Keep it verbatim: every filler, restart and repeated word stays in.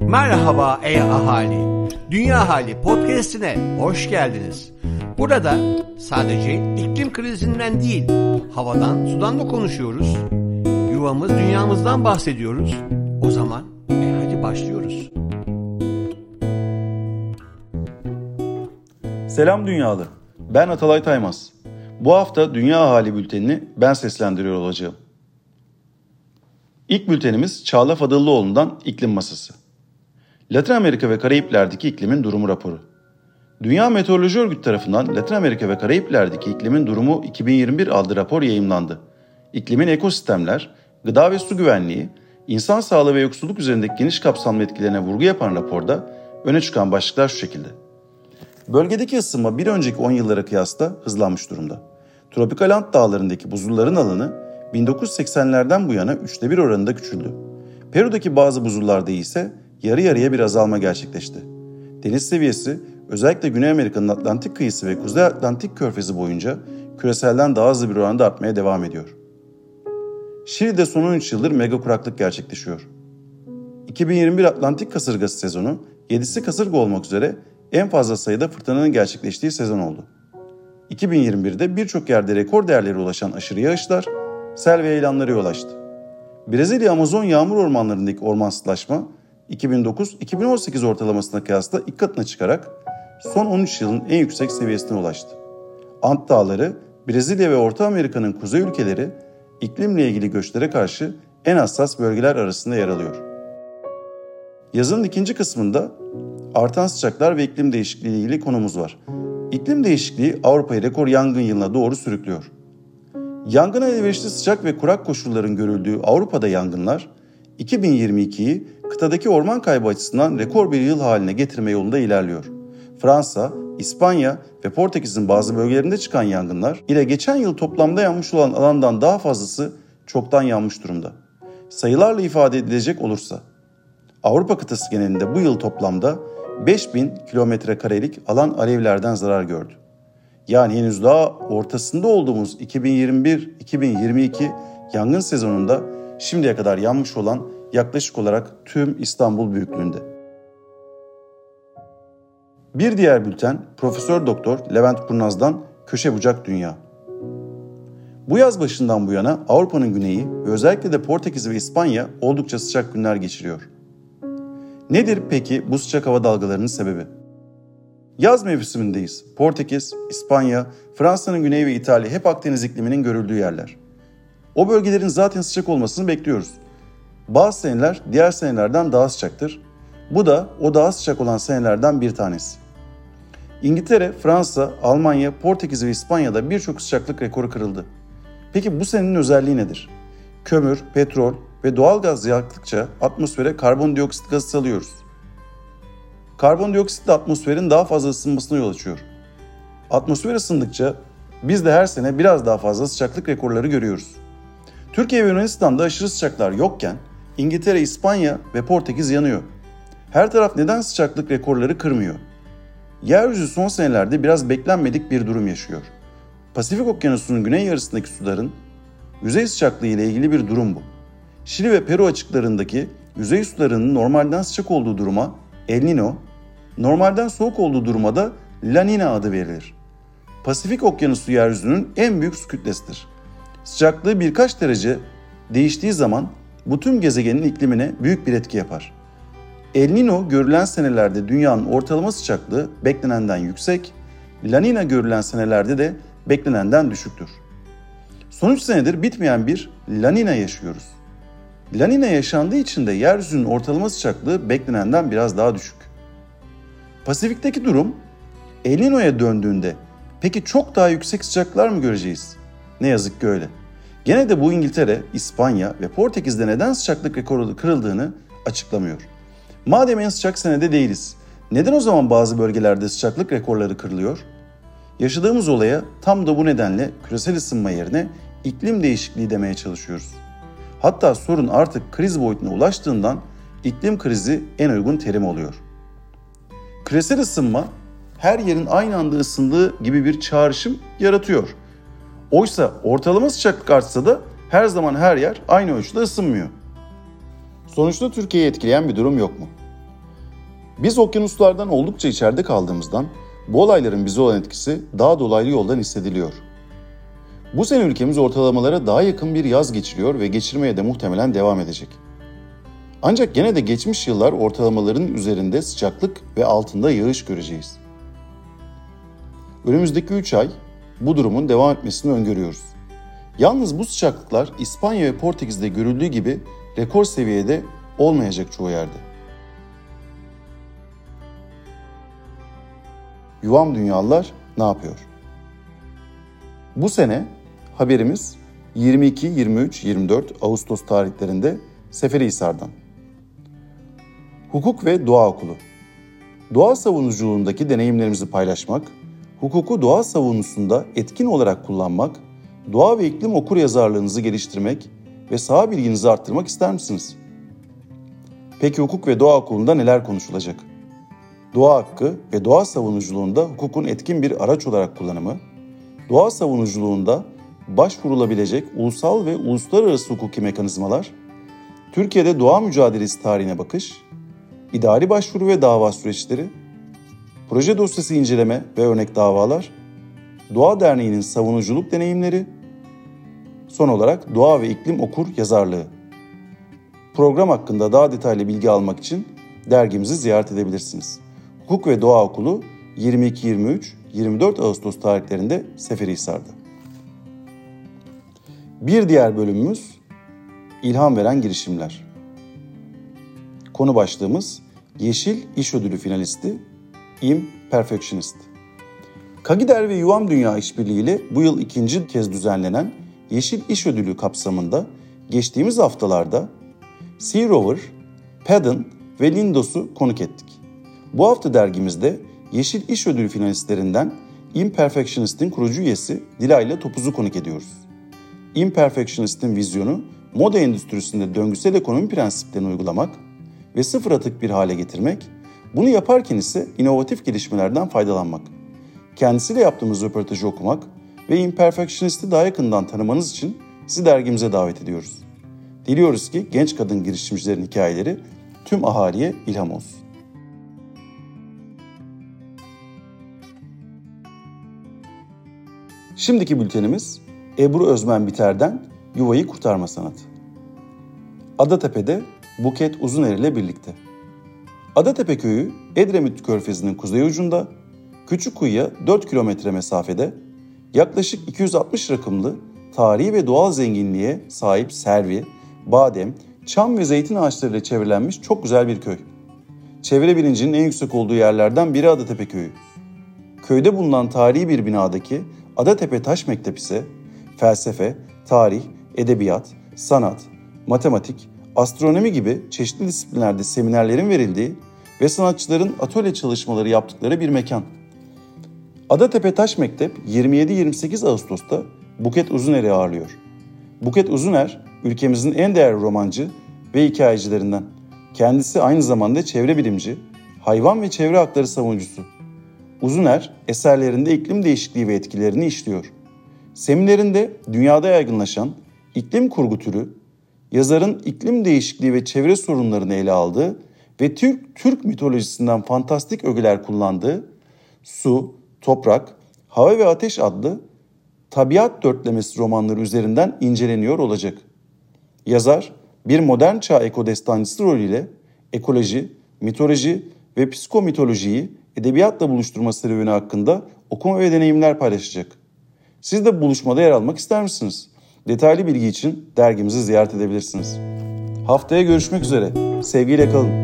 Merhaba ey ahali, Dünya Hali Podcast'ine hoş geldiniz. Burada sadece iklim krizinden değil, havadan, sudan da konuşuyoruz. Yuvamız, dünyamızdan bahsediyoruz. O zaman e hadi başlıyoruz. Selam dünyalı, ben Atalay Taymaz. Bu hafta Dünya Hali bültenini ben seslendiriyor olacağım. İlk bültenimiz Çağla Fadıllıoğlu'ndan İklim Masası. Latin Amerika ve Karayipler'deki iklimin durumu raporu. Dünya Meteoroloji Örgütü tarafından Latin Amerika ve Karayipler'deki iklimin durumu iki bin yirmi bir adlı rapor yayımlandı. İklimin ekosistemler, gıda ve su güvenliği, insan sağlığı ve yoksulluk üzerindeki geniş kapsamlı etkilerine vurgu yapan raporda öne çıkan başlıklar şu şekilde. Bölgedeki ısınma bir önceki on yıllara kıyasla hızlanmış durumda. Tropikal Ant dağlarındaki buzulların alanı bin dokuz yüz seksenlerden bu yana üçte bir oranında küçüldü. Peru'daki bazı buzullarda ise yarı yarıya bir azalma gerçekleşti. Deniz seviyesi özellikle Güney Amerika'nın Atlantik kıyısı ve Kuzey Atlantik körfezi boyunca küreselden daha hızlı bir oranda artmaya devam ediyor. Şili'de son on üç yıldır mega kuraklık gerçekleşiyor. iki bin yirmi bir Atlantik kasırgası sezonu yedisi kasırga olmak üzere en fazla sayıda fırtınanın gerçekleştiği sezon oldu. iki bin yirmi birde birçok yerde rekor değerlere ulaşan aşırı yağışlar, sel ve heyelanlara yol açtı. Brezilya Amazon yağmur ormanlarındaki ormansızlaşma iki bin dokuz iki bin on sekiz ortalamasına kıyasla iki katına çıkarak son on üç yılın en yüksek seviyesine ulaştı. Ant Dağları, Brezilya ve Orta Amerika'nın kuzey ülkeleri iklimle ilgili göçlere karşı en hassas bölgeler arasında yer alıyor. Yazının ikinci kısmında artan sıcaklar ve iklim değişikliği ile ilgili konumuz var. İklim değişikliği Avrupa'yı rekor yangın yılına doğru sürüklüyor. Yangına elverişli sıcak ve kurak koşulların görüldüğü Avrupa'da yangınlar iki bin yirmi ikiyi kıtadaki orman kaybı açısından rekor bir yıl haline getirme yolunda ilerliyor. Fransa, İspanya ve Portekiz'in bazı bölgelerinde çıkan yangınlar ile geçen yıl toplamda yanmış olan alandan daha fazlası çoktan yanmış durumda. Sayılarla ifade edilecek olursa Avrupa kıtası genelinde bu yıl toplamda beş bin kilometre karelik alan alevlerden zarar gördü. Yani henüz daha ortasında olduğumuz iki bin yirmi bir iki bin yirmi iki yangın sezonunda şimdiye kadar yanmış olan yaklaşık olarak tüm İstanbul büyüklüğünde. Bir diğer bülten Profesör Doktor Levent Kurnaz'dan Köşe Bucak Dünya. Bu yaz başından bu yana Avrupa'nın güneyi ve özellikle de Portekiz ve İspanya oldukça sıcak günler geçiriyor. Nedir peki bu sıcak hava dalgalarının sebebi? Yaz mevsimindeyiz. Portekiz, İspanya, Fransa'nın güneyi ve İtalya hep Akdeniz ikliminin görüldüğü yerler. O bölgelerin zaten sıcak olmasını bekliyoruz. Bazı seneler diğer senelerden daha sıcaktır. Bu da o daha sıcak olan senelerden bir tanesi. İngiltere, Fransa, Almanya, Portekiz ve İspanya'da birçok sıcaklık rekoru kırıldı. Peki bu senenin özelliği nedir? Kömür, petrol ve doğal gaz yaktıkça atmosfere karbondioksit gazı salıyoruz. Karbondioksit de atmosferin daha fazla ısınmasına yol açıyor. Atmosfer ısındıkça biz de her sene biraz daha fazla sıcaklık rekorları görüyoruz. Türkiye ve Yunanistan'da aşırı sıcaklar yokken İngiltere, İspanya ve Portekiz yanıyor. Her taraf neden sıcaklık rekorları kırmıyor? Yeryüzü son senelerde biraz beklenmedik bir durum yaşıyor. Pasifik Okyanusu'nun güney yarısındaki suların yüzey sıcaklığı ile ilgili bir durum bu. Şili ve Peru açıklarındaki yüzey sularının normalden sıcak olduğu duruma El Niño, normalden soğuk olduğu duruma da La Niña adı verilir. Pasifik Okyanusu yeryüzünün en büyük su kütlesidir. Sıcaklığı birkaç derece değiştiği zaman bu tüm gezegenin iklimine büyük bir etki yapar. El Niño görülen senelerde dünyanın ortalama sıcaklığı beklenenden yüksek, La Niña görülen senelerde de beklenenden düşüktür. Son üç senedir bitmeyen bir La Niña yaşıyoruz. La Niña yaşandığı için de yeryüzünün ortalama sıcaklığı beklenenden biraz daha düşük. Pasifik'teki durum El Niño'ya döndüğünde peki çok daha yüksek sıcaklıklar mı göreceğiz? Ne yazık ki öyle. Gene de bu İngiltere, İspanya ve Portekiz'de neden sıcaklık rekoru kırıldığını açıklamıyor. Madem en sıcak senede değiliz, neden o zaman bazı bölgelerde sıcaklık rekorları kırılıyor? Yaşadığımız olaya tam da bu nedenle küresel ısınma yerine iklim değişikliği demeye çalışıyoruz. Hatta sorun artık kriz boyutuna ulaştığından iklim krizi en uygun terim oluyor. Küresel ısınma her yerin aynı anda ısındığı gibi bir çağrışım yaratıyor. Oysa ortalama sıcaklık artsa da her zaman her yer aynı ölçüde ısınmıyor. Sonuçta Türkiye'yi etkileyen bir durum yok mu? Biz okyanuslardan oldukça içeride kaldığımızdan bu olayların bize olan etkisi daha dolaylı yoldan hissediliyor. Bu sene ülkemiz ortalamalara daha yakın bir yaz geçiriyor ve geçirmeye de muhtemelen devam edecek. Ancak gene de geçmiş yıllar ortalamaların üzerinde sıcaklık ve altında yağış göreceğiz. Önümüzdeki üç ay bu durumun devam etmesini öngörüyoruz. Yalnız bu sıcaklıklar İspanya ve Portekiz'de görüldüğü gibi rekor seviyede olmayacak çoğu yerde. Yuvam dünyalılar ne yapıyor? Bu sene haberimiz yirmi iki, yirmi üç, yirmi dört Ağustos tarihlerinde Seferihisar'dan. Hukuk ve Doğa Okulu. Doğa savunuculuğundaki deneyimlerimizi paylaşmak, hukuku doğa savunusunda etkin olarak kullanmak, doğa ve iklim okuryazarlığınızı geliştirmek ve saha bilginizi arttırmak ister misiniz? Peki hukuk ve doğa okulunda neler konuşulacak? Doğa hakkı ve doğa savunuculuğunda hukukun etkin bir araç olarak kullanımı, doğa savunuculuğunda başvurulabilecek ulusal ve uluslararası hukuki mekanizmalar, Türkiye'de doğa mücadelesi tarihine bakış, idari başvuru ve dava süreçleri, proje dosyası inceleme ve örnek davalar, Doğa Derneği'nin savunuculuk deneyimleri, son olarak doğa ve iklim okur yazarlığı. Program hakkında daha detaylı bilgi almak için dergimizi ziyaret edebilirsiniz. Hukuk ve Doğa Okulu yirmi iki, yirmi üç, yirmi dört Ağustos tarihlerinde Seferihisar'da. Bir diğer bölümümüz ilham veren girişimler. Konu başlığımız Yeşil İş Ödülü finalisti Imperfectionist. Kagider ve Yuvam Dünya İşbirliği ile bu yıl ikinci kez düzenlenen Yeşil İş Ödülü kapsamında geçtiğimiz haftalarda Sea Rover, Paddon ve Lindos'u konuk ettik. Bu hafta dergimizde Yeşil İş Ödülü finalistlerinden Imperfectionist'in kurucu üyesi Dilayla Topuz'u konuk ediyoruz. Imperfectionist'in vizyonu moda endüstrisinde döngüsel ekonomi prensiplerini uygulamak ve sıfır atık bir hale getirmek, bunu yaparken ise inovatif gelişmelerden faydalanmak. Kendisiyle yaptığımız röportajı okumak ve Imperfectionist'i daha yakından tanımanız için sizi dergimize davet ediyoruz. Diliyoruz ki genç kadın girişimcilerin hikayeleri tüm ahaliye ilham olsun. Şimdiki bültenimiz Ebru Özmen Biter'den Yuvayı Kurtarma Sanatı. Adatepe'de Buket Uzuner ile birlikte. Adatepe köyü Edremit Körfezi'nin kuzey ucunda, Küçükkuyu'ya dört kilometre mesafede, yaklaşık iki yüz altmış rakımlı tarihi ve doğal zenginliğe sahip servi, badem, çam ve zeytin ağaçlarıyla çevrelenmiş çok güzel bir köy. Çevre bilincinin en yüksek olduğu yerlerden biri Adatepe köyü. Köyde bulunan tarihi bir binadaki Adatepe Taş Mektep ise felsefe, tarih, edebiyat, sanat, matematik, astronomi gibi çeşitli disiplinlerde seminerlerin verildiği ve sanatçıların atölye çalışmaları yaptıkları bir mekan. Adatepe Taş Mektep yirmi yedi yirmi sekiz Ağustos'ta Buket Uzuner'i ağırlıyor. Buket Uzuner, ülkemizin en değerli romancı ve hikayecilerinden. Kendisi aynı zamanda çevre bilimci, hayvan ve çevre hakları savunucusu. Uzuner, eserlerinde iklim değişikliği ve etkilerini işliyor. Seminerinde dünyada yaygınlaşan iklim kurgu türü, yazarın iklim değişikliği ve çevre sorunlarını ele aldığı ve Türk, Türk mitolojisinden fantastik ögeler kullandığı Su, Toprak, Hava ve Ateş adlı tabiat dörtlemesi romanları üzerinden inceleniyor olacak. Yazar, bir modern çağ ekodestancısı rolüyle ekoloji, mitoloji ve psikomitolojiyi edebiyatla buluşturma serüveni hakkında okuma ve deneyimler paylaşacak. Siz de bu buluşmada yer almak ister misiniz? Detaylı bilgi için dergimizi ziyaret edebilirsiniz. Haftaya görüşmek üzere. Sevgiyle kalın.